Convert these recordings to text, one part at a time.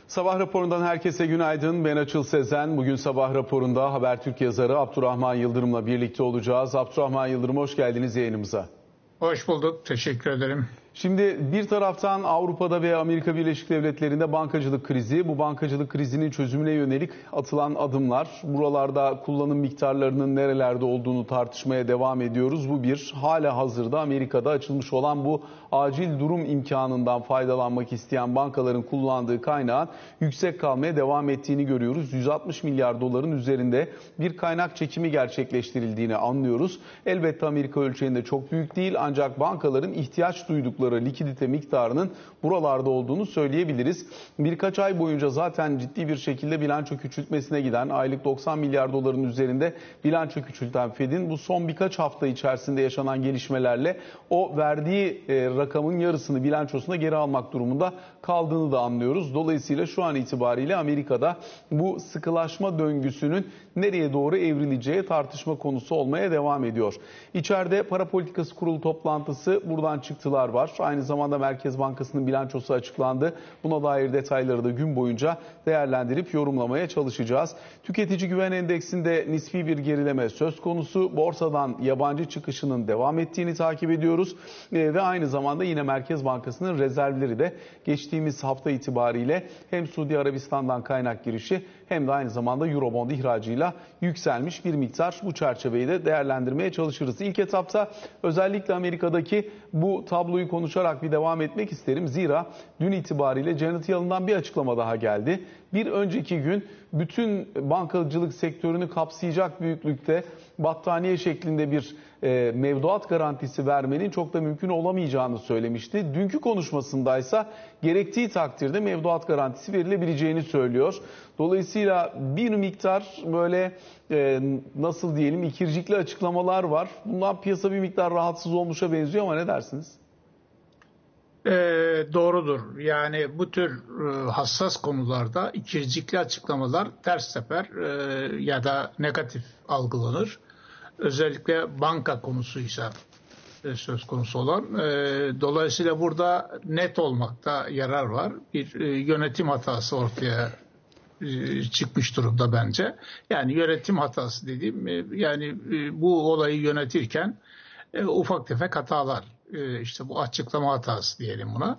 Sabah raporundan herkese günaydın. Ben Açıl Sezen. Bugün sabah raporunda Habertürk yazarı Abdurrahman Yıldırım'la birlikte olacağız. Abdurrahman Yıldırım, hoş geldiniz yayınımıza. Hoş bulduk. Teşekkür ederim. Şimdi bir taraftan Avrupa'da ve Amerika Birleşik Devletleri'nde bankacılık krizi, bu bankacılık krizinin çözümüne yönelik atılan adımlar, buralarda kullanım miktarlarının nerelerde olduğunu tartışmaya devam ediyoruz. Bu bir, hala hazırda Amerika'da açılmış olan bu acil durum imkanından faydalanmak isteyen bankaların kullandığı kaynağın yüksek kalmaya devam ettiğini görüyoruz. 160 milyar doların üzerinde bir kaynak çekimi gerçekleştirildiğini anlıyoruz. Elbette Amerika ölçeğinde çok büyük değil, ancak bankaların ihtiyaç duydukları likidite miktarının buralarda olduğunu söyleyebiliriz. Birkaç ay boyunca zaten ciddi bir şekilde bilanço küçültmesine giden, aylık 90 milyar doların üzerinde bilanço küçülten Fed'in bu son birkaç hafta içerisinde yaşanan gelişmelerle o verdiği rakamın yarısını bilançosuna geri almak durumunda kaldığını da anlıyoruz. Dolayısıyla şu an itibariyle Amerika'da bu sıkılaşma döngüsünün nereye doğru evrileceği tartışma konusu olmaya devam ediyor. İçeride Para Politikası Kurulu toplantısı, buradan çıktılar var. Aynı zamanda Merkez Bankası'nın bilançosu açıklandı. Buna dair detayları da gün boyunca değerlendirip yorumlamaya çalışacağız. Tüketici Güven Endeksinde nispi bir gerileme söz konusu. Borsadan yabancı çıkışının devam ettiğini takip ediyoruz. Ve aynı zamanda yine Merkez Bankası'nın rezervleri de geçtiğimiz hafta itibariyle hem Suudi Arabistan'dan kaynak girişi hem de aynı zamanda Eurobond ihracıyla yükselmiş bir miktar. Bu çerçeveyi de değerlendirmeye çalışırız. İlk etapta özellikle Amerika'daki bu tabloyu konuşarak bir devam etmek isterim. Zira dün itibariyle Janet Yellen'dan bir açıklama daha geldi. Bir önceki gün bütün bankacılık sektörünü kapsayacak büyüklükte battaniye şeklinde bir mevduat garantisi vermenin çok da mümkün olamayacağını söylemişti. Dünkü konuşmasındaysa gerektiği takdirde mevduat garantisi verilebileceğini söylüyor. Dolayısıyla bir miktar böyle nasıl diyelim ikircikli açıklamalar var. Bundan piyasa bir miktar rahatsız olmuşa benziyor ama ne dersiniz? Doğrudur. Yani bu tür hassas konularda ikircikli açıklamalar ters teper ya da negatif algılanır. Özellikle banka konusuysa söz konusu olan. Dolayısıyla burada net olmakta yarar var. Bir yönetim hatası ortaya çıkmış durumda bence. Yani yönetim hatası dediğim yani bu olayı yönetirken ufak tefek hatalar. İşte bu açıklama hatası diyelim buna.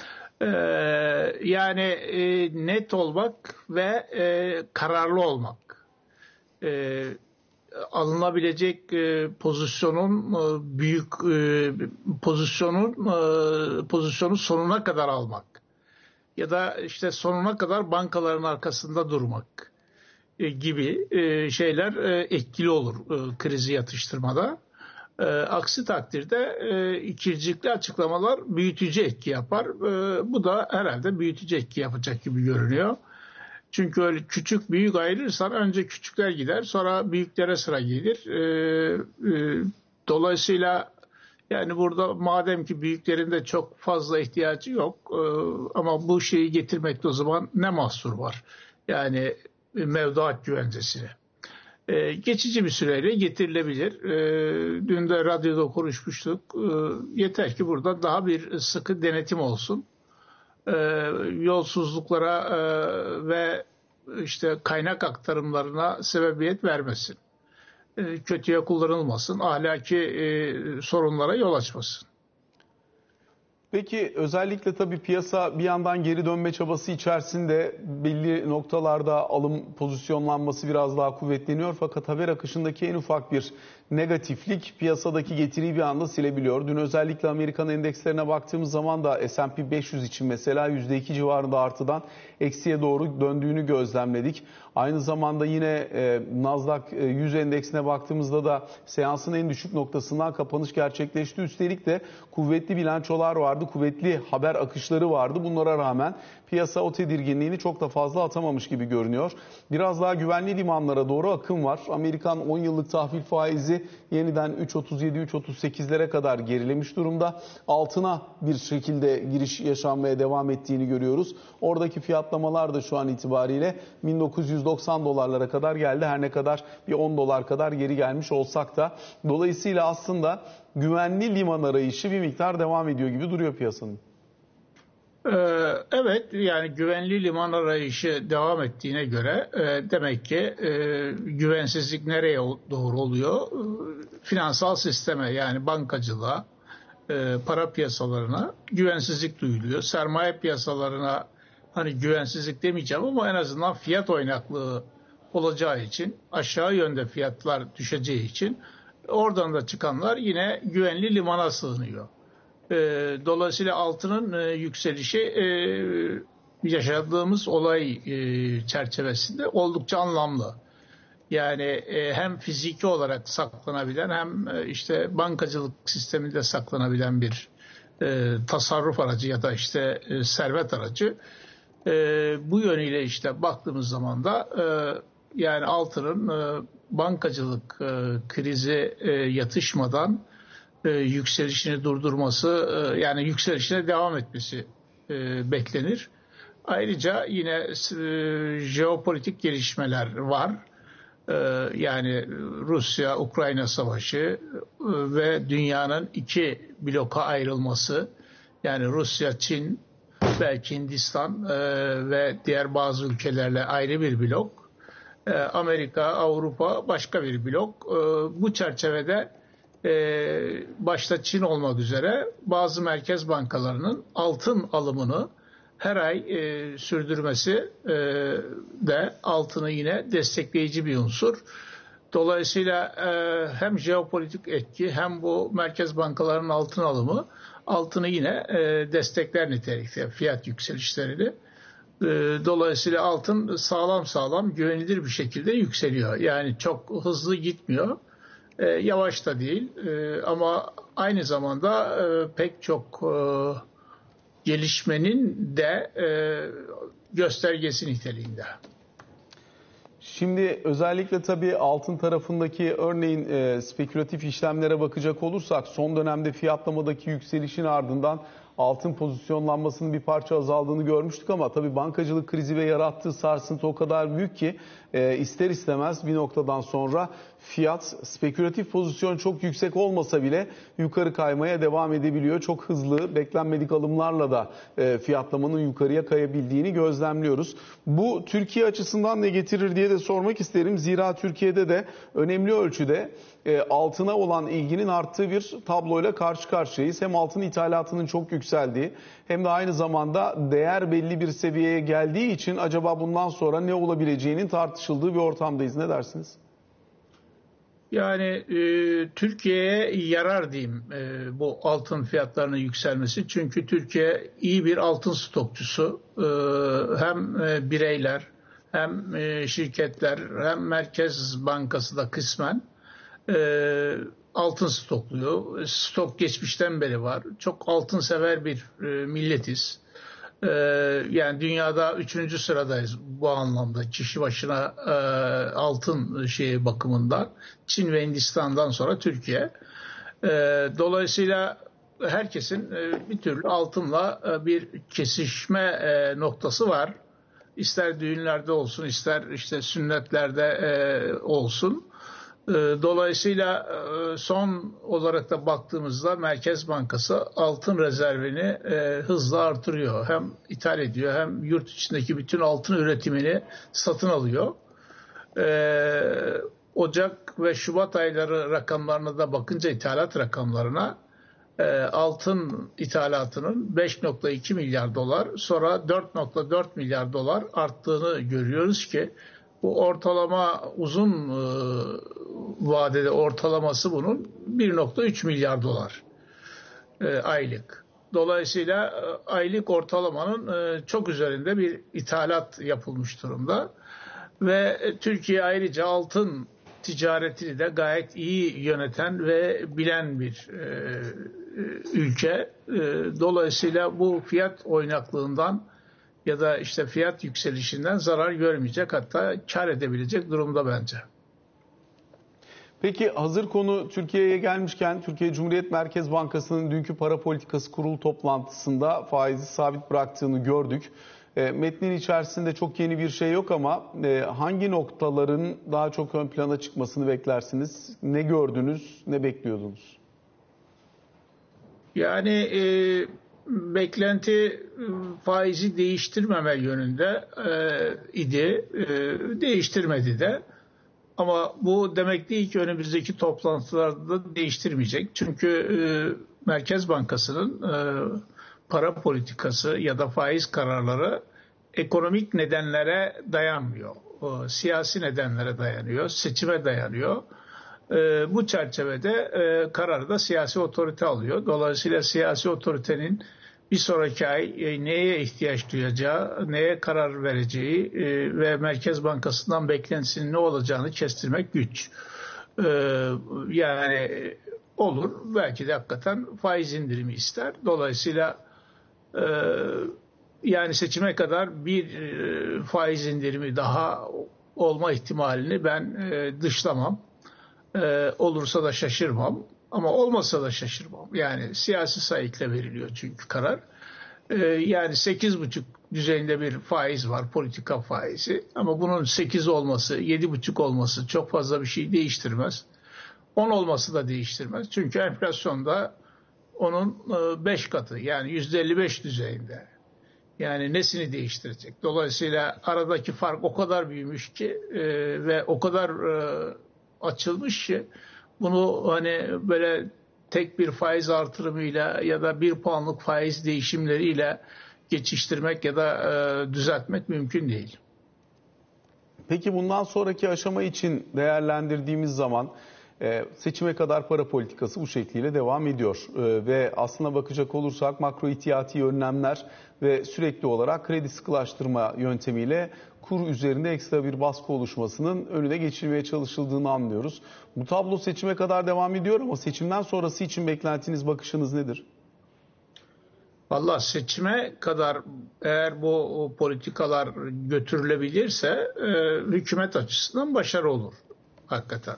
Yani net olmak ve kararlı olmak. Alınabilecek pozisyonun büyük pozisyonu sonuna kadar almak ya da işte sonuna kadar bankaların arkasında durmak gibi şeyler etkili olur krizi yatıştırmada. Aksi takdirde ikircikli açıklamalar büyütücü etki yapar. Bu da herhalde büyütücü etki yapacak gibi görünüyor. Çünkü öyle küçük büyük ayırırsan önce küçükler gider, sonra büyüklere sıra gelir. Dolayısıyla yani burada madem ki büyüklerin de çok fazla ihtiyacı yok ama bu şeyi getirmekte o zaman ne mahsur var? Yani mevduat güvencesini. Geçici bir süreyle getirilebilir. Dün de radyoda konuşmuştuk. Yeter ki burada daha bir sıkı denetim olsun. Yolsuzluklara ve işte kaynak aktarımlarına sebebiyet vermesin. Kötüye kullanılmasın, ahlaki sorunlara yol açmasın. Peki özellikle tabii piyasa bir yandan geri dönme çabası içerisinde belli noktalarda alım pozisyonlanması biraz daha kuvvetleniyor. Fakat haber akışındaki en ufak bir negatiflik piyasadaki getiriyi bir anda silebiliyor. Dün özellikle Amerikan endekslerine baktığımız zaman da S&P 500 için mesela %2 civarında artıdan eksiye doğru döndüğünü gözlemledik. Aynı zamanda yine Nasdaq 100 endeksine baktığımızda da seansın en düşük noktasından kapanış gerçekleşti. Üstelik de kuvvetli bilançolar vardı, kuvvetli haber akışları vardı. Bunlara rağmen piyasa o tedirginliğini çok da fazla atamamış gibi görünüyor. Biraz daha güvenli limanlara doğru akım var. Amerikan 10 yıllık tahvil faizi yeniden 3.37-3.38'lere kadar gerilemiş durumda. Altına bir şekilde giriş yaşanmaya devam ettiğini görüyoruz. Oradaki fiyatlamalar da şu an itibariyle 1990 dolarlara kadar geldi. Her ne kadar bir 10 dolar kadar geri gelmiş olsak da. Dolayısıyla aslında güvenli liman arayışı bir miktar devam ediyor gibi duruyor piyasanın. Evet, yani güvenli liman arayışı devam ettiğine göre demek ki güvensizlik nereye doğru oluyor? Finansal sisteme, yani bankacılığa, para piyasalarına güvensizlik duyuluyor. Sermaye piyasalarına hani güvensizlik demeyeceğim ama en azından fiyat oynaklığı olacağı için, aşağı yönde fiyatlar düşeceği için oradan da çıkanlar yine güvenli limana sığınıyor. Dolayısıyla altının yükselişi yaşadığımız olay çerçevesinde oldukça anlamlı. Yani hem fiziki olarak saklanabilen hem işte bankacılık sisteminde saklanabilen bir tasarruf aracı ya da işte servet aracı. Bu yönüyle işte baktığımız zaman da yani altının bankacılık krizi yatışmadan yükselişini durdurması, yani yükselişine devam etmesi beklenir. Ayrıca yine jeopolitik gelişmeler var. Yani Rusya-Ukrayna savaşı ve dünyanın iki bloka ayrılması, yani Rusya, Çin, belki Hindistan ve diğer bazı ülkelerle ayrı bir blok, Amerika, Avrupa başka bir blok. Bu çerçevede başta Çin olmak üzere bazı merkez bankalarının altın alımını her ay sürdürmesi de altını yine destekleyici bir unsur. Dolayısıyla hem jeopolitik etki hem bu merkez bankalarının altın alımı altını yine destekler nitelikte, fiyat yükselişlerini. Dolayısıyla altın sağlam güvenilir bir şekilde yükseliyor. Yani çok hızlı gitmiyor. Yavaş da değil ama aynı zamanda pek çok gelişmenin de göstergesi niteliğinde. Şimdi özellikle tabii altın tarafındaki örneğin spekülatif işlemlere bakacak olursak son dönemde fiyatlamadaki yükselişin ardından altın pozisyonlanmasının bir parça azaldığını görmüştük ama tabii bankacılık krizi ve yarattığı sarsıntı o kadar büyük ki ister istemez bir noktadan sonra fiyat spekülatif pozisyon çok yüksek olmasa bile yukarı kaymaya devam edebiliyor. Çok hızlı beklenmedik alımlarla da fiyatlamanın yukarıya kayabildiğini gözlemliyoruz. Bu Türkiye açısından ne getirir diye de sormak isterim. Zira Türkiye'de de önemli ölçüde altına olan ilginin arttığı bir tabloyla karşı karşıyayız. Hem altın ithalatının çok yükseldiği hem de aynı zamanda değer belli bir seviyeye geldiği için acaba bundan sonra ne olabileceğinin tartışıldığı bir ortamdayız. Ne dersiniz? Yani Türkiye'ye yarar diyeyim bu altın fiyatlarının yükselmesi. Çünkü Türkiye iyi bir altın stokçusu. Hem bireyler hem şirketler hem Merkez Bankası da kısmen altın stokluyor. Stok geçmişten beri var. Çok altın sever bir milletiz. Yani dünyada 3. sıradayız bu anlamda, kişi başına altın bakımından. Çin ve Hindistan'dan sonra Türkiye. Dolayısıyla herkesin bir türlü altınla bir kesişme noktası var. İster düğünlerde olsun, ister işte sünnetlerde olsun. Dolayısıyla son olarak da baktığımızda Merkez Bankası altın rezervini hızla artırıyor. Hem ithal ediyor hem yurt içindeki bütün altın üretimini satın alıyor. Ocak ve Şubat ayları rakamlarına da bakınca, ithalat rakamlarına, altın ithalatının 5,2 milyar dolar, sonra 4,4 milyar dolar arttığını görüyoruz ki bu ortalama uzun vadede ortalaması bunun 1,3 milyar dolar aylık. Dolayısıyla aylık ortalamanın çok üzerinde bir ithalat yapılmış durumda. Ve Türkiye ayrıca altın ticaretini de gayet iyi yöneten ve bilen bir ülke. Dolayısıyla bu fiyat oynaklığından ya da işte fiyat yükselişinden zarar görmeyecek, hatta kar edebilecek durumda bence. Peki hazır konu Türkiye'ye gelmişken Türkiye Cumhuriyet Merkez Bankası'nın dünkü para politikası kurulu toplantısında faizi sabit bıraktığını gördük. Metnin içerisinde çok yeni bir şey yok ama hangi noktaların daha çok ön plana çıkmasını beklersiniz? Ne gördünüz, ne bekliyordunuz? Yani beklenti faizi değiştirmeme yönünde idi. Değiştirmedi de. Ama bu demek değil ki önümüzdeki toplantılarda değiştirmeyecek. Çünkü Merkez Bankası'nın para politikası ya da faiz kararları ekonomik nedenlere dayanmıyor. Siyasi nedenlere dayanıyor, seçime dayanıyor. Bu çerçevede kararı da siyasi otorite alıyor. Dolayısıyla siyasi otoritenin bir sonraki ay neye ihtiyaç duyacağı, neye karar vereceği ve Merkez Bankası'ndan beklentisinin ne olacağını kestirmek güç. Yani olur, belki de hakikaten faiz indirimi ister. Dolayısıyla yani seçime kadar bir faiz indirimi daha olma ihtimalini ben dışlamam. Olursa da şaşırmam ama olmasa da şaşırmam. Yani siyasi sayıkla veriliyor çünkü karar. Yani 8,5 düzeyinde bir faiz var, politika faizi. Ama bunun 8 olması, 7,5 olması çok fazla bir şey değiştirmez. 10 olması da değiştirmez. Çünkü enflasyonda onun 5 katı, yani %55 düzeyinde. Yani nesini değiştirecek? Dolayısıyla aradaki fark o kadar büyümüş ki ve o kadar açılmış ki bunu hani böyle tek bir faiz artırımıyla ya da 1 puanlık faiz değişimleriyle geçiştirmek ya da düzeltmek mümkün değil. Peki bundan sonraki aşama için değerlendirdiğimiz zaman seçime kadar para politikası bu şekliyle devam ediyor. Ve aslına bakacak olursak makro ihtiyati önlemler ve sürekli olarak kredi sıkılaştırma yöntemiyle kur üzerinde ekstra bir baskı oluşmasının önüne geçilmeye çalışıldığını anlıyoruz. Bu tablo seçime kadar devam ediyor ama seçimden sonrası için beklentiniz, bakışınız nedir? Vallahi seçime kadar eğer bu politikalar götürülebilirse hükümet açısından başarı olur hakikaten.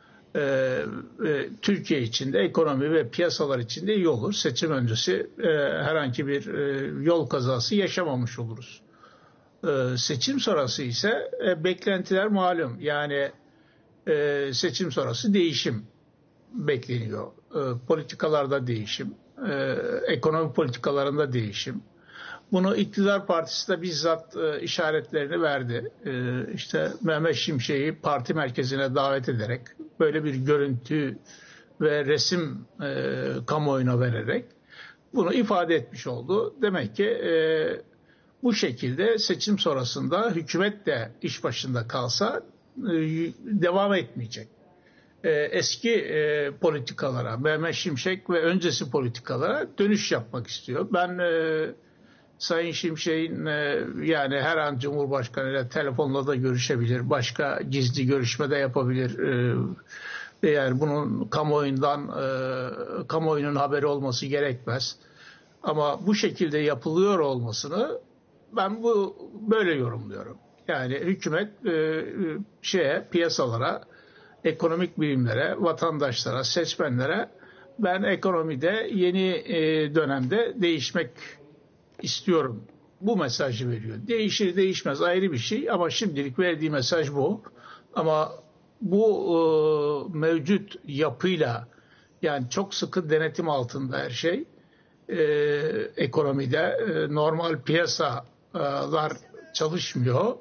Türkiye içinde ekonomi ve piyasalar içinde iyi olur. Seçim öncesi herhangi bir yol kazası yaşamamış oluruz. Seçim sonrası ise beklentiler malum. Yani seçim sonrası değişim bekleniyor. Politikalarda değişim, ekonomi politikalarında değişim. Bunu iktidar partisi de bizzat işaretlerini verdi. İşte Mehmet Şimşek'i parti merkezine davet ederek böyle bir görüntü ve resim kamuoyuna vererek bunu ifade etmiş oldu. Demek ki bu şekilde seçim sonrasında hükümet de iş başında kalsa devam etmeyecek. Eski politikalara, Mehmet Şimşek ve öncesi politikalara dönüş yapmak istiyor. Ben Sayın Şimşek'in yani her an Cumhurbaşkanı ile telefonla da görüşebilir, başka gizli görüşme de yapabilir. Yani bunun kamuoyunun haberi olması gerekmez. Ama bu şekilde yapılıyor olmasını ben böyle yorumluyorum. Yani hükümet piyasalara, ekonomik birimlere, vatandaşlara, seçmenlere ben ekonomide yeni dönemde değişmek istiyorum. Bu mesajı veriyor. Değişir değişmez ayrı bir şey ama şimdilik verdiği mesaj bu. Ama bu mevcut yapıyla yani çok sıkı denetim altında her şey ekonomide normal piyasalar çalışmıyor.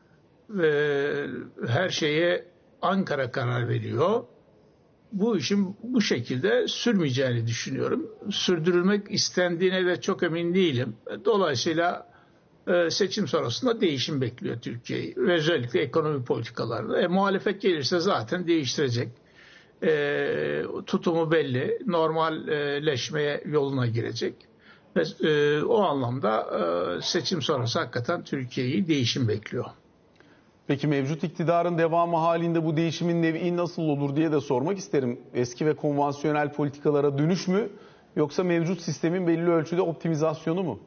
Her şeye Ankara karar veriyor. Bu işin bu şekilde sürmeyeceğini düşünüyorum. Sürdürülmek istendiğine de çok emin değilim. Dolayısıyla seçim sonrasında değişim bekliyor Türkiye'yi. Özellikle ekonomi politikalarında. Muhalefet gelirse zaten değiştirecek. Tutumu belli. Normalleşmeye yoluna girecek. Ve o anlamda seçim sonrası hakikaten Türkiye'yi değişim bekliyor. Peki mevcut iktidarın devamı halinde bu değişimin nevi nasıl olur diye de sormak isterim. Eski ve konvansiyonel politikalara dönüş mü yoksa mevcut sistemin belli ölçüde optimizasyonu mu?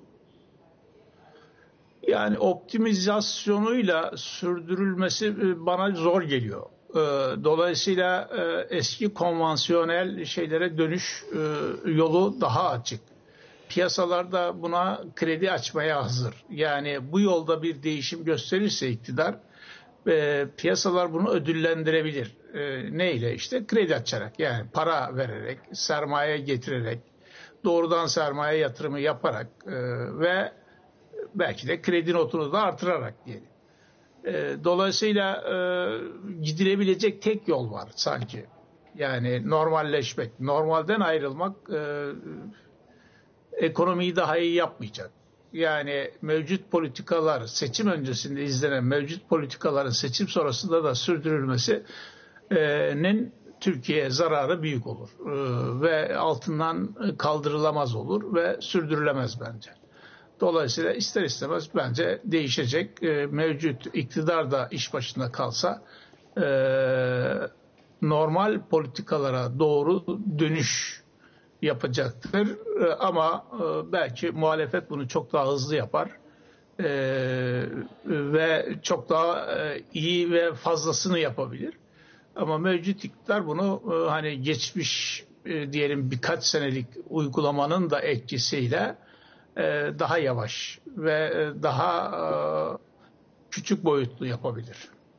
Yani optimizasyonuyla sürdürülmesi bana zor geliyor. Dolayısıyla eski konvansiyonel şeylere dönüş yolu daha açık. Piyasalarda buna kredi açmaya hazır. Yani bu yolda bir değişim gösterirse iktidar, piyasalar bunu ödüllendirebilir. Neyle? İşte kredi açarak, yani para vererek, sermaye getirerek, doğrudan sermaye yatırımı yaparak ve belki de kredi notunu da artırarak diyelim. Dolayısıyla gidilebilecek tek yol var sanki. Yani normalleşmek, normalden ayrılmak ekonomiyi daha iyi yapmayacak. Yani mevcut politikalar, seçim öncesinde izlenen mevcut politikaların seçim sonrasında da sürdürülmesinin Türkiye'ye zararı büyük olur. Ve altından kaldırılamaz olur ve sürdürülemez bence. Dolayısıyla ister istemez bence değişecek. Mevcut iktidar da iş başında kalsa normal politikalara doğru dönüş yapacaktır. Ama belki muhalefet bunu çok daha hızlı yapar. Ve çok daha iyi ve fazlasını yapabilir. Ama mevcut iktidar bunu hani geçmiş diyelim birkaç senelik uygulamanın da etkisiyle daha yavaş ve daha küçük boyutlu yapabilir.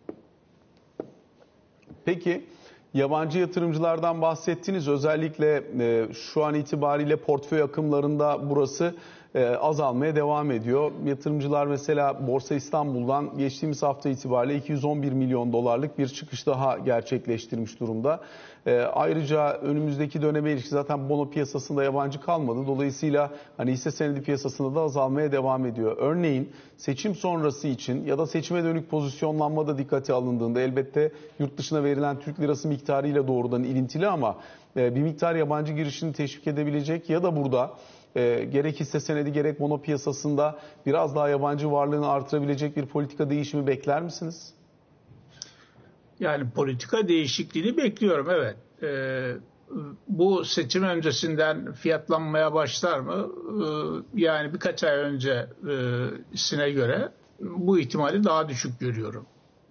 Peki yabancı yatırımcılardan bahsettiniz. Özellikle şu an itibariyle portföy akımlarında burası azalmaya devam ediyor. Yatırımcılar mesela Borsa İstanbul'dan geçtiğimiz hafta itibariyle 211 milyon dolarlık bir çıkış daha gerçekleştirmiş durumda. Ayrıca önümüzdeki döneme ilişkin zaten bono piyasasında yabancı kalmadı. Dolayısıyla hani hisse senedi piyasasında da azalmaya devam ediyor. Örneğin seçim sonrası için ya da seçime dönük pozisyonlanma da dikkate alındığında elbette yurt dışına verilen Türk lirası miktarıyla doğrudan ilintili ama bir miktar yabancı girişini teşvik edebilecek ya da burada gerek hisse senedi gerek bono piyasasında biraz daha yabancı varlığını artırabilecek bir politika değişimi bekler misiniz? Yani politika değişikliğini bekliyorum, evet. Bu seçim öncesinden fiyatlanmaya başlar mı? Yani birkaç ay öncesine göre bu ihtimali daha düşük görüyorum.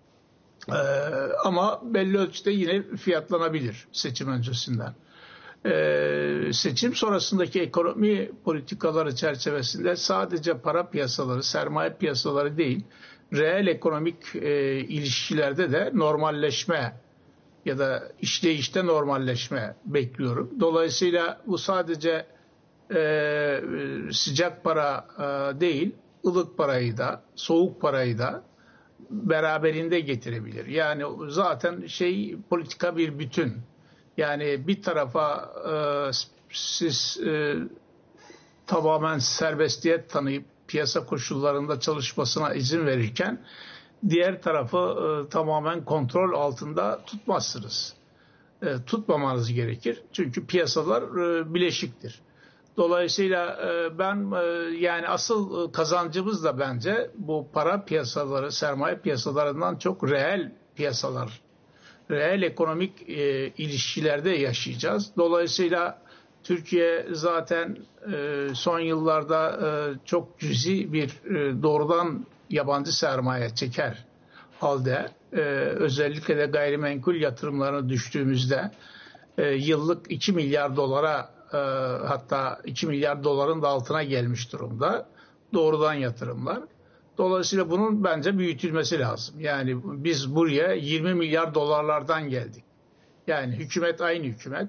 Ama belli ölçüde yine fiyatlanabilir seçim öncesinden. Seçim sonrasındaki ekonomi politikaları çerçevesinde sadece para piyasaları, sermaye piyasaları değil, reel ekonomik ilişkilerde de normalleşme ya da işleyişte normalleşme bekliyorum. Dolayısıyla bu sadece sıcak para değil, ılık parayı da, soğuk parayı da beraberinde getirebilir. Yani zaten politika bir bütün. Yani bir tarafa siz tamamen serbestiyet tanıyıp piyasa koşullarında çalışmasına izin verirken diğer tarafı tamamen kontrol altında tutmazsınız. Tutmamanız gerekir. Çünkü piyasalar bileşiktir. Dolayısıyla ben yani asıl kazancımız da bence bu para piyasaları, sermaye piyasalarından çok reel piyasalar, reel ekonomik ilişkilerde yaşayacağız. Dolayısıyla Türkiye zaten son yıllarda çok cüzi bir doğrudan yabancı sermaye çeker halde özellikle de gayrimenkul yatırımlarına düştüğümüzde yıllık 2 milyar dolara hatta 2 milyar doların da altına gelmiş durumda doğrudan yatırımlar. Dolayısıyla bunun bence büyütülmesi lazım. Yani biz buraya 20 milyar dolarlardan geldik. Yani hükümet aynı hükümet.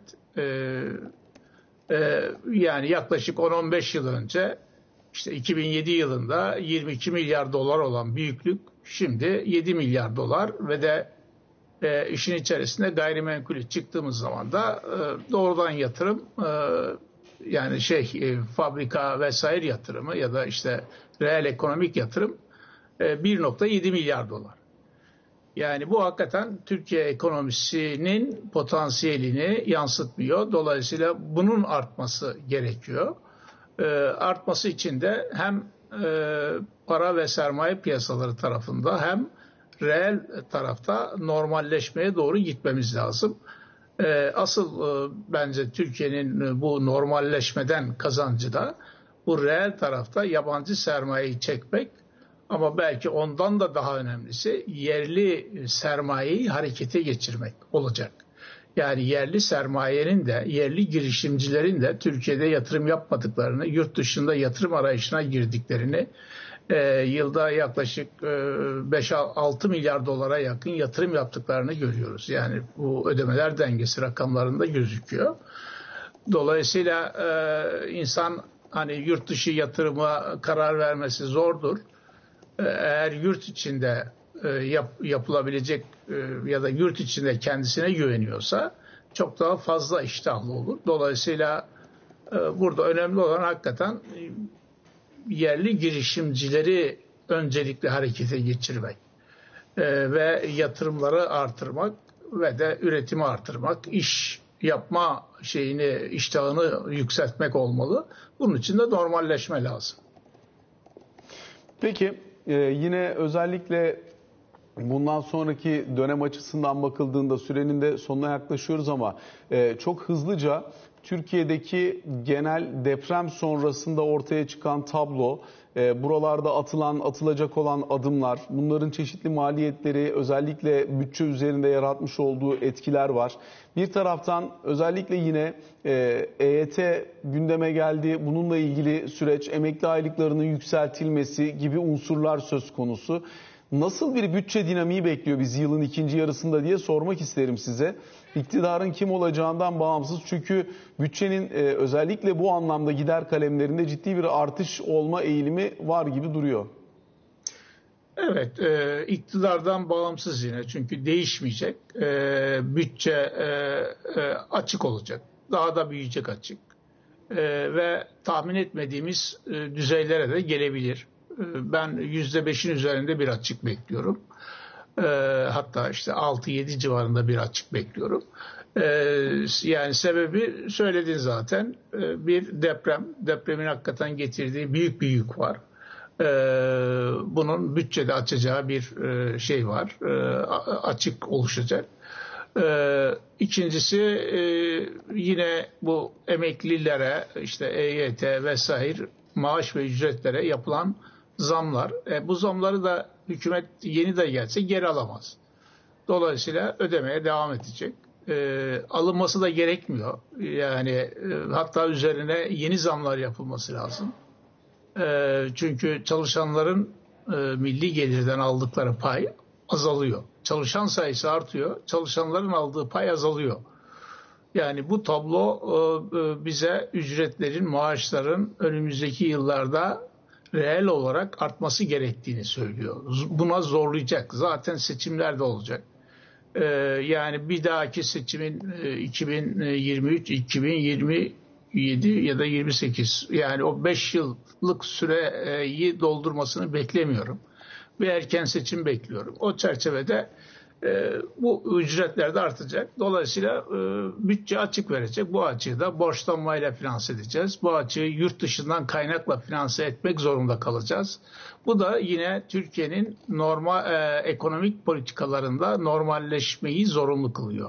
Yani yaklaşık 10-15 yıl önce işte 2007 yılında 22 milyar dolar olan büyüklük şimdi 7 milyar dolar ve de işin içerisinde gayrimenkulü çıktığımız zaman da doğrudan yatırım yani fabrika vesaire yatırımı ya da işte reel ekonomik yatırım 1,7 milyar dolar. Yani bu hakikaten Türkiye ekonomisinin potansiyelini yansıtmıyor. Dolayısıyla bunun artması gerekiyor. Artması için de hem para ve sermaye piyasaları tarafında hem reel tarafta normalleşmeye doğru gitmemiz lazım. Asıl bence Türkiye'nin bu normalleşmeden kazancı da bu reel tarafta yabancı sermayeyi çekmek ama belki ondan da daha önemlisi yerli sermayeyi harekete geçirmek olacak. Yani yerli sermayenin de yerli girişimcilerin de Türkiye'de yatırım yapmadıklarını, yurt dışında yatırım arayışına girdiklerini yılda yaklaşık 5-6 milyar dolara yakın yatırım yaptıklarını görüyoruz. Yani bu ödemeler dengesi rakamlarında gözüküyor. Dolayısıyla insan hani yurt dışı yatırıma karar vermesi zordur. Eğer yurt içinde yapılabilecek ya da yurt içinde kendisine güveniyorsa çok daha fazla iştahlı olur. Dolayısıyla burada önemli olan hakikaten yerli girişimcileri öncelikle harekete geçirmek ve yatırımları artırmak ve de üretimi artırmak, iş yapma iştahını yükseltmek olmalı. Bunun için de normalleşme lazım. Peki yine özellikle bundan sonraki dönem açısından bakıldığında sürenin de sonuna yaklaşıyoruz ama çok hızlıca Türkiye'deki genel deprem sonrasında ortaya çıkan tablo, buralarda atılacak olan adımlar, bunların çeşitli maliyetleri, özellikle bütçe üzerinde yaratmış olduğu etkiler var. Bir taraftan özellikle yine EYT gündeme geldi. Bununla ilgili süreç, emekli aylıklarının yükseltilmesi gibi unsurlar söz konusu. Nasıl bir bütçe dinamiği bekliyor bizi yılın ikinci yarısında diye sormak isterim size. İktidarın kim olacağından bağımsız, çünkü bütçenin özellikle bu anlamda gider kalemlerinde ciddi bir artış olma eğilimi var gibi duruyor. Evet, iktidardan bağımsız yine, çünkü değişmeyecek. Bütçe açık olacak, daha da büyüyecek açık ve tahmin etmediğimiz düzeylere de gelebilir. Ben %5'in üzerinde bir açık bekliyorum. Hatta işte 6-7 civarında bir açık bekliyorum. Yani sebebi söyledin zaten. Bir depremin hakikaten getirdiği büyük bir yük var. Bunun bütçede açacağı bir şey var. Açık oluşacak. İkincisi yine bu emeklilere, işte EYT vesaire maaş ve ücretlere yapılan zamlar. Bu zamları da hükümet yeni de gelse geri alamaz. Dolayısıyla ödemeye devam edecek. Alınması da gerekmiyor. Yani hatta üzerine yeni zamlar yapılması lazım. Çünkü çalışanların milli gelirden aldıkları pay azalıyor. Çalışan sayısı artıyor, çalışanların aldığı pay azalıyor. Yani bu tablo bize ücretlerin, maaşların önümüzdeki yıllarda reel olarak artması gerektiğini söylüyor. Buna zorlayacak. Zaten seçimler de olacak. Yani bir dahaki seçimin 2023, 2027 ya da 28, yani o 5 yıllık süreyi doldurmasını beklemiyorum. Bir erken seçim bekliyorum. O çerçevede bu ücretler de artacak. Dolayısıyla bütçe açık verecek. Bu açığı da borçlanmayla finanse edeceğiz. Bu açığı yurt dışından kaynakla finanse etmek zorunda kalacağız. Bu da yine Türkiye'nin normal ekonomik politikalarında normalleşmeyi zorunlu kılıyor.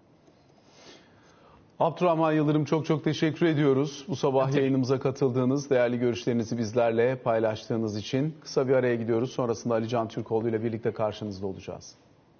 Abdurrahman Yıldırım, çok teşekkür ediyoruz. Bu sabah yayınımıza katıldığınız, değerli görüşlerinizi bizlerle paylaştığınız için. Kısa bir araya gidiyoruz. Sonrasında Ali Can Türkoğlu ile birlikte karşınızda olacağız.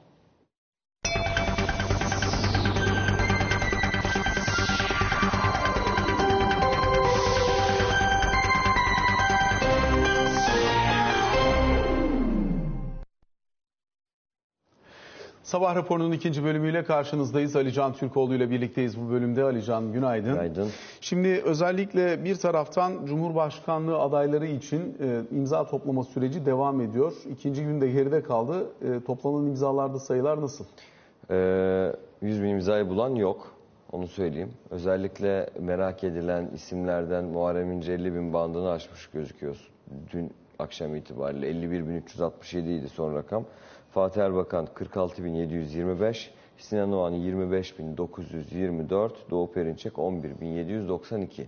Sabah raporunun ikinci bölümüyle karşınızdayız. Ali Can Türkoğlu ile birlikteyiz bu bölümde. Ali Can, günaydın. Günaydın. Şimdi özellikle bir taraftan Cumhurbaşkanlığı adayları için imza toplama süreci devam ediyor. İkinci günde geride kaldı. Toplanan imzalarda sayılar nasıl? 100 bin imzayı bulan yok. Onu söyleyeyim. Özellikle merak edilen isimlerden Muharrem İnce 50 bin bandını aşmış gözüküyor. Dün akşam itibariyle 51.367 idi son rakam. Fatih Erbakan 46.725, Sinan Oğan 25.924, Doğu Perinçek 11.792.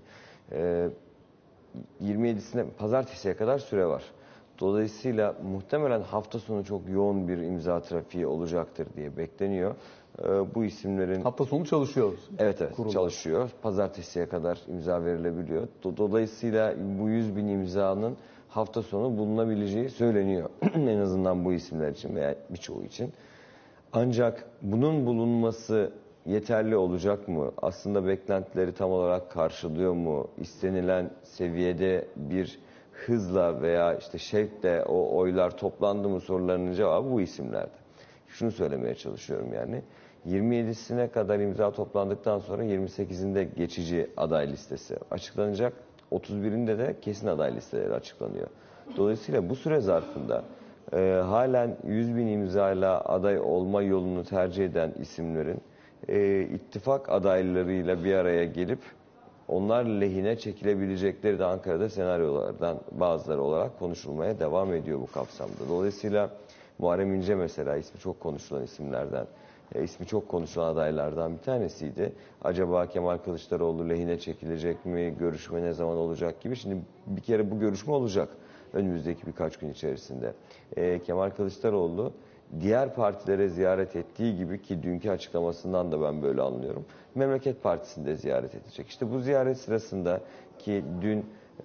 27'sine pazartesiye kadar süre var. Dolayısıyla muhtemelen hafta sonu çok yoğun bir imza trafiği olacaktır diye bekleniyor. Bu isimlerin... Hafta sonu çalışıyor. Evet, çalışıyor. Pazartesiye kadar imza verilebiliyor. Dolayısıyla bu 100 bin imzanın hafta sonu bulunabileceği söyleniyor. En azından bu isimler için veya birçoğu için. Ancak bunun bulunması yeterli olacak mı? Aslında beklentileri tam olarak karşılıyor mu? İstenilen seviyede bir hızla veya işte şevkle o oylar toplandı mı sorularının cevabı bu isimlerde. Şunu söylemeye çalışıyorum yani. 27'sine kadar imza toplandıktan sonra 28'inde geçici aday listesi açıklanacak. 31'inde de kesin aday listeleri açıklanıyor. Dolayısıyla bu süre zarfında halen 100 bin imzayla aday olma yolunu tercih eden isimlerin ittifak adaylarıyla bir araya gelip onlar lehine çekilebilecekleri de Ankara'da senaryolardan bazıları olarak konuşulmaya devam ediyor bu kapsamda. Dolayısıyla Muharrem İnce mesela ismi çok konuşulan isimlerden, ismi çok konuşulan adaylardan bir tanesiydi. Acaba Kemal Kılıçdaroğlu lehine çekilecek mi, görüşme ne zaman olacak gibi. Şimdi bir kere bu görüşme olacak önümüzdeki birkaç gün içerisinde. Kemal Kılıçdaroğlu diğer partilere ziyaret ettiği gibi, ki dünkü açıklamasından da ben böyle anlıyorum, Memleket Partisi'ni de ziyaret edecek. İşte bu ziyaret sırasında ki dün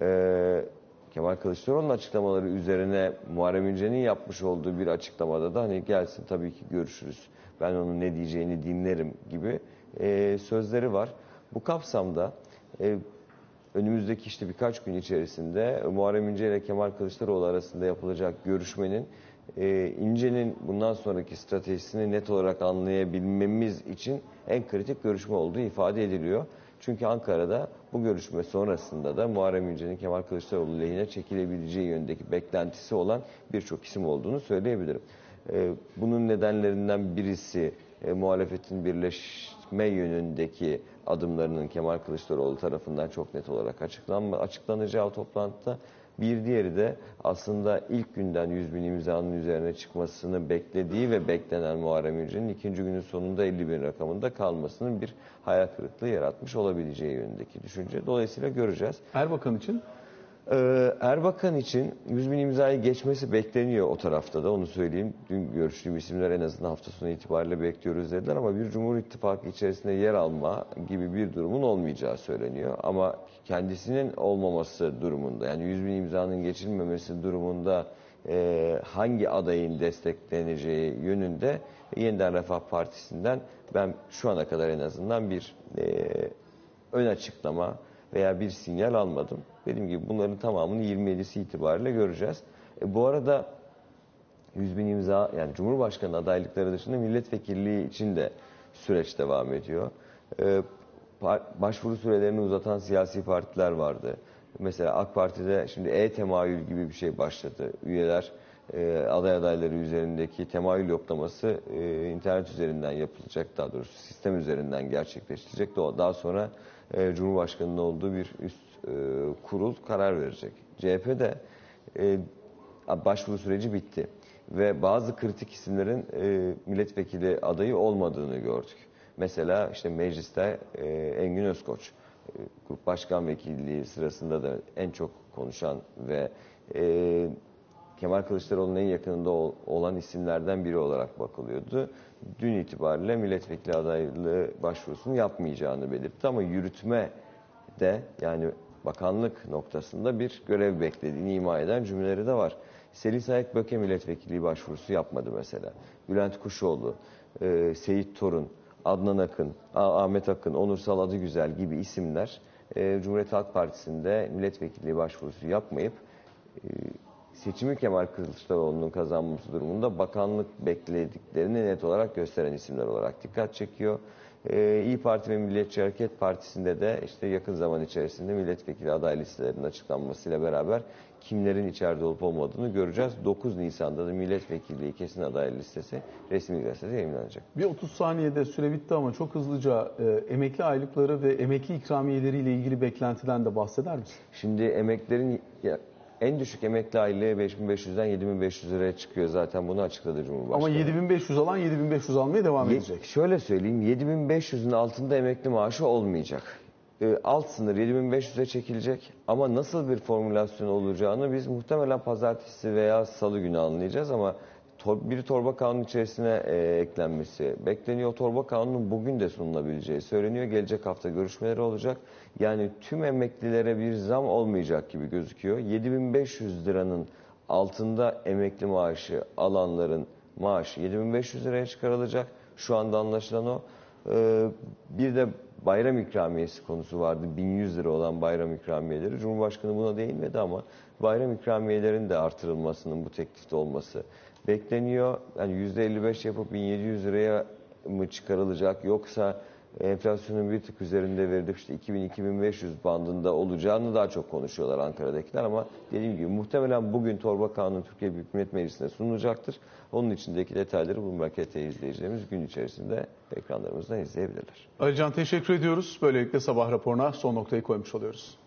Kemal Kılıçdaroğlu'nun açıklamaları üzerine Muharrem İnce'nin yapmış olduğu bir açıklamada da hani gelsin tabii ki görüşürüz, ben onun ne diyeceğini dinlerim gibi sözleri var. Bu kapsamda önümüzdeki işte birkaç gün içerisinde Muharrem İnce ile Kemal Kılıçdaroğlu arasında yapılacak görüşmenin İnce'nin bundan sonraki stratejisini net olarak anlayabilmemiz için en kritik görüşme olduğu ifade ediliyor. Çünkü Ankara'da bu görüşme sonrasında da Muharrem İnce'nin Kemal Kılıçdaroğlu lehine çekilebileceği yönündeki beklentisi olan birçok isim olduğunu söyleyebilirim. Bunun nedenlerinden birisi muhalefetin birleşme yönündeki adımlarının Kemal Kılıçdaroğlu tarafından çok net olarak açıklanacağı toplantıda. Bir diğeri de aslında ilk günden 100 bin imzanın üzerine çıkmasını beklediği ve beklenen Muharrem İnce'nin ikinci günün sonunda 50 bin rakamında kalmasının bir hayal kırıklığı yaratmış olabileceği yönündeki düşünce. Dolayısıyla göreceğiz. Erbakan için? Erbakan için 100 bin imzayı geçmesi bekleniyor o tarafta da, onu söyleyeyim. Dün görüştüğüm isimler en azından hafta sonu itibariyle bekliyoruz dediler ama bir Cumhur İttifakı içerisinde yer alma gibi bir durumun olmayacağı söyleniyor. Ama kendisinin olmaması durumunda, yani 100 bin imzanın geçilmemesi durumunda hangi adayın destekleneceği yönünde Yeniden Refah Partisi'nden ben şu ana kadar en azından bir ön açıklama veya bir sinyal almadım. Dediğim gibi bunların tamamını 27'si itibariyle göreceğiz. Bu arada 100 bin imza, yani Cumhurbaşkanı adaylıkları dışında milletvekilliği için de süreç devam ediyor. Başvuru sürelerini uzatan siyasi partiler vardı. Mesela AK Parti'de şimdi e-temayül gibi bir şey başladı. Üyeler aday adayları üzerindeki temayül yoklaması internet üzerinden yapılacak, daha doğrusu sistem üzerinden gerçekleştirecek. Daha sonra Cumhurbaşkanı'nın olduğu bir üst kurul karar verecek. CHP'de başvuru süreci bitti ve bazı kritik isimlerin milletvekili adayı olmadığını gördük. Mesela işte mecliste Engin Özkoç, grup başkan vekilliği sırasında da en çok konuşan ve Kemal Kılıçdaroğlu'nun en yakınında olan isimlerden biri olarak bakılıyordu. Dün itibariyle milletvekili adaylığı başvurusunu yapmayacağını belirtti ama yürütme de, yani bakanlık noktasında bir görev beklediğini ima eden cümleleri de var. Selin Sayık Böke milletvekilliği başvurusu yapmadı mesela. Bülent Kuşoğlu, Seyit Torun, Adnan Akın, Ahmet Akın, Onursal Adıgüzel gibi isimler Cumhuriyet Halk Partisi'nde milletvekilliği başvurusu yapmayıp seçimi Kemal Kılıçdaroğlu'nun kazanması durumunda bakanlık beklediklerini net olarak gösteren isimler olarak dikkat çekiyor. İYİ Parti ve Milliyetçi Hareket Partisi'nde de işte yakın zaman içerisinde milletvekili aday listelerinin açıklanmasıyla beraber kimlerin içeride olup olmadığını göreceğiz. 9 Nisan'da da milletvekilliği kesin aday listesi resmi gazetede yayınlanacak. Bir 30 saniyede süre bitti ama çok hızlıca emekli aylıkları ve emekli ikramiyeleriyle ilgili beklentiden de bahseder misin? Şimdi emeklerin en düşük emekli aylığı 5.500'den 7.500 liraya çıkıyor, zaten bunu açıkladı Cumhurbaşkanı. Ama 7.500 alan 7.500 almaya devam edecek. Şöyle söyleyeyim, 7.500'ün altında emekli maaşı olmayacak. Alt sınır 7.500'e çekilecek ama nasıl bir formülasyon olacağını biz muhtemelen pazartesi veya salı günü anlayacağız ama bir torba kanun içerisine eklenmesi bekleniyor. Torba kanunun bugün de sunulabileceği söyleniyor. Gelecek hafta görüşmeleri olacak. Yani tüm emeklilere bir zam olmayacak gibi gözüküyor. 7.500 liranın altında emekli maaşı alanların maaşı 7.500 liraya çıkarılacak. Şu anda anlaşılan o. Bir de bayram ikramiyesi konusu vardı. 1100 lira olan bayram ikramiyeleri. Cumhurbaşkanı buna değinmedi ama bayram ikramiyelerinin de artırılmasının bu teklifte olması bekleniyor. Yani %55 yapıp 1700 liraya mı çıkarılacak, yoksa enflasyonun bir tık üzerinde verilip işte 2000-2500 bandında olacağını daha çok konuşuyorlar Ankara'dakiler, ama dediğim gibi muhtemelen bugün torba kanunu Türkiye Büyük Millet Meclisi'ne sunulacaktır. Onun içindeki detayları bu makete izleyicilerimiz gün içerisinde ekranlarımızdan izleyebilirler. Alican, teşekkür ediyoruz. Böylelikle sabah raporuna son noktayı koymuş oluyoruz.